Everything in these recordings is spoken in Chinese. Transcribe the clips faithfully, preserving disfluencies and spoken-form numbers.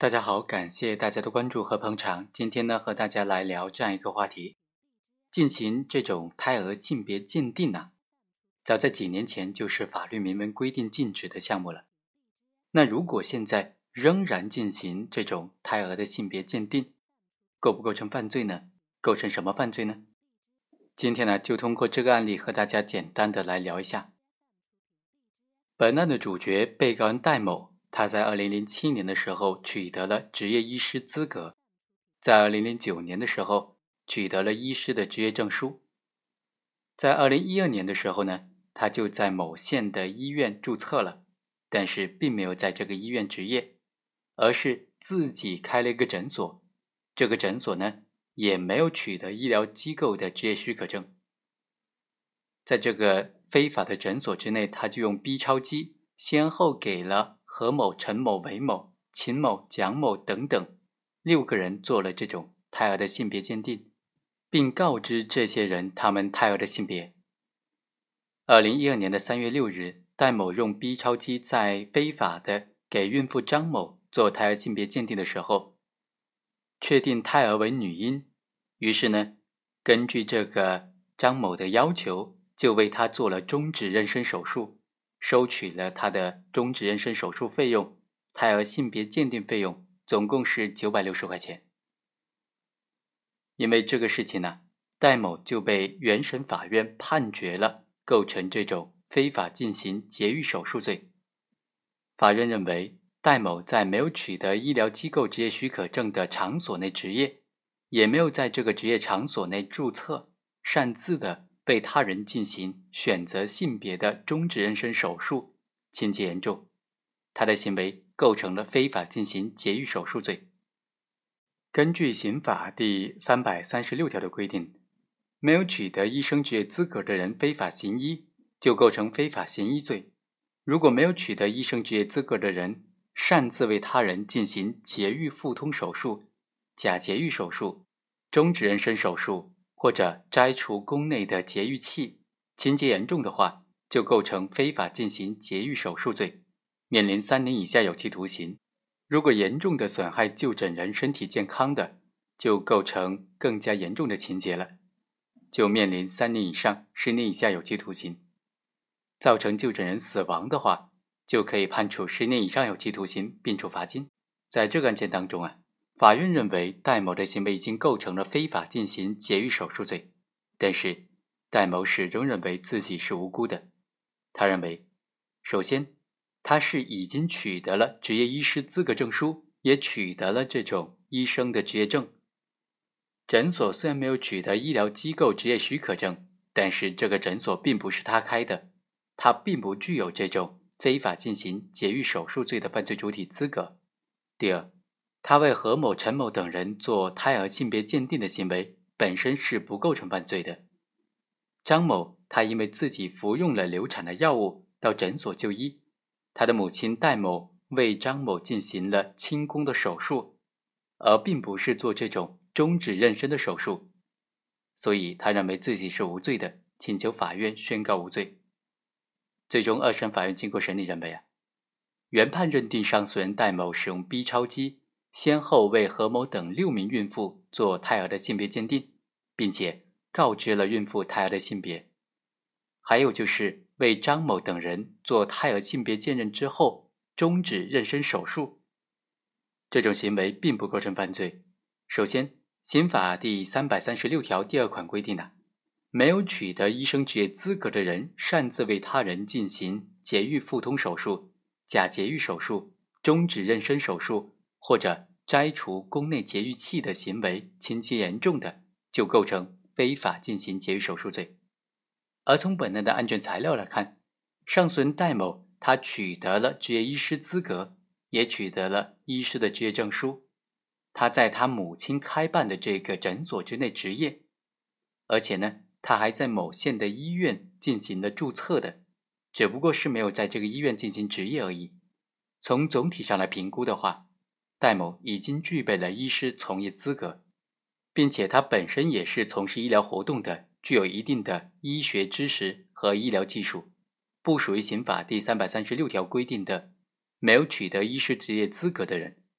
大家好，感谢大家的关注和捧场。今天呢，和大家来聊这样一个话题：进行这种胎儿性别鉴定啊，早在几年前就是法律明文规定禁止的项目了。那如果现在仍然进行这种胎儿的性别鉴定，构不构成犯罪呢？构成什么犯罪呢？今天呢，就通过这个案例和大家简单的来聊一下。本案的主角被告人戴某，他在二零零七年的时候取得了执业医师资格，在二零零九年的时候取得了医师的执业证书。在二零一二年的时候呢，他就在某县的医院注册了，但是并没有在这个医院执业，而是自己开了一个诊所。这个诊所呢，也没有取得医疗机构的执业许可证。在这个非法的诊所之内，他就用 B 超机先后给了何某、陈某、韦某、秦某、蒋某等等六个人做了这种胎儿的性别鉴定，并告知这些人他们胎儿的性别。二零一二年的三月六日，戴某用 B 超机在非法的给孕妇张某做胎儿性别鉴定的时候，确定胎儿为女婴，于是呢，根据这个张某的要求，就为他做了终止妊娠手术，收取了他的终止妊娠手术费用、胎儿性别鉴定费用，总共是九百六十块钱。因为这个事情呢，戴某就被原审法院判决了构成这种非法进行节育手术罪。法院认为，戴某在没有取得医疗机构执业许可证的场所内执业，也没有在这个执业场所内注册，擅自的被他人进行选择性别的终止妊娠手术，情节严重，他的行为构成了非法进行节育手术罪。根据刑法第三百三十六条的规定，没有取得医生执业资格的人非法行医，就构成非法行医罪。如果没有取得医生执业资格的人擅自为他人进行节育腹通手术、假节育手术、终止妊娠手术或者摘除宫内的节育器，情节严重的话，就构成非法进行节育手术罪，面临三年以下有期徒刑。如果严重的损害就诊人身体健康的，就构成更加严重的情节了，就面临三年以上十年以下有期徒刑。造成就诊人死亡的话，就可以判处十年以上有期徒刑，并处罚金。在这个案件当中啊，法院认为戴某的行为已经构成了非法进行节育手术罪，但是戴某始终认为自己是无辜的。他认为，首先，他是已经取得了执业医师资格证书，也取得了这种医生的执业证。诊所虽然没有取得医疗机构执业许可证，但是这个诊所并不是他开的，他并不具有这种非法进行节育手术罪的犯罪主体资格。第二，他为何某、陈某等人做胎儿性别鉴定的行为本身是不构成犯罪的。张某他因为自己服用了流产的药物到诊所就医，他的母亲戴某为张某进行了清宫的手术，而并不是做这种终止妊娠的手术，所以他认为自己是无罪的，请求法院宣告无罪。最终二审法院经过审理认为啊，原判认定上诉人戴某使用 B 超机先后为何某等六名孕妇做胎儿的性别鉴定，并且告知了孕妇胎儿的性别，还有就是为张某等人做胎儿性别鉴认之后终止妊娠手术，这种行为并不构成犯罪。首先，刑法第三百三十六条第二款规定啊，没有取得医生执业资格的人擅自为他人进行节育腹通手术、假节育手术、终止妊娠手术或者摘除宫内节育器的行为，情节严重的，就构成非法进行节育手术罪。而从本案的案卷材料来看，上诉人戴某他取得了执业医师资格，也取得了医师的执业证书，他在他母亲开办的这个诊所之内执业，而且呢，他还在某县的医院进行了注册的，只不过是没有在这个医院进行执业而已。从总体上来评估的话，戴某已经具备了医师从业资格，并且他本身也是从事医疗活动的，具有一定的医学知识和医疗技术，不属于刑法第三百三十六条规定的没有取得医师执业资格的人，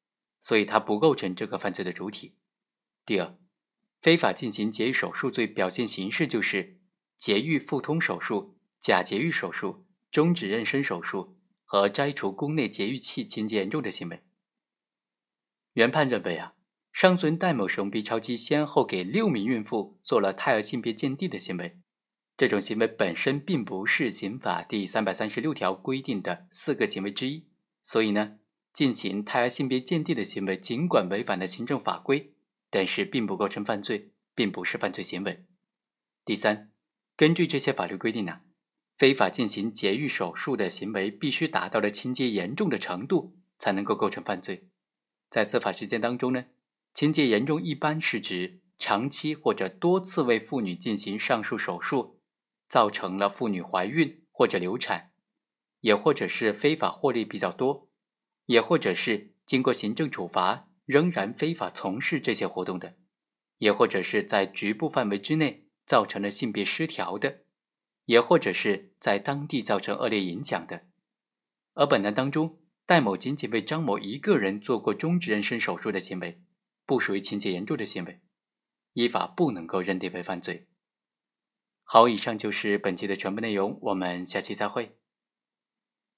所以它不构成这个犯罪的主体。第二，非法进行节育手术罪表现形式就是节育腹通手术、假节育手术、终止妊娠手术和摘除宫内节育器情节严重的行为。原判认为啊，上诉人戴某使用 B 超机先后给六名孕妇做了胎儿性别鉴定的行为，这种行为本身并不是刑法第三百三十六条规定的四个行为之一，所以呢，进行胎儿性别鉴定的行为尽管违反了行政法规，但是并不构成犯罪，并不是犯罪行为。第三，根据这些法律规定呢，非法进行节育手术的行为必须达到了情节严重的程度才能够构成犯罪。在司法实践当中呢，情节严重一般是指长期或者多次为妇女进行上述手术，造成了妇女怀孕或者流产，也或者是非法获利比较多，也或者是经过行政处罚仍然非法从事这些活动的，也或者是在局部范围之内造成了性别失调的，也或者是在当地造成恶劣影响的。而本案当中，戴某仅仅为张某一个人做过终止妊娠手术的行为，不属于情节严重的行为，依法不能够认定为犯罪。好，以上就是本期的全部内容，我们下期再会。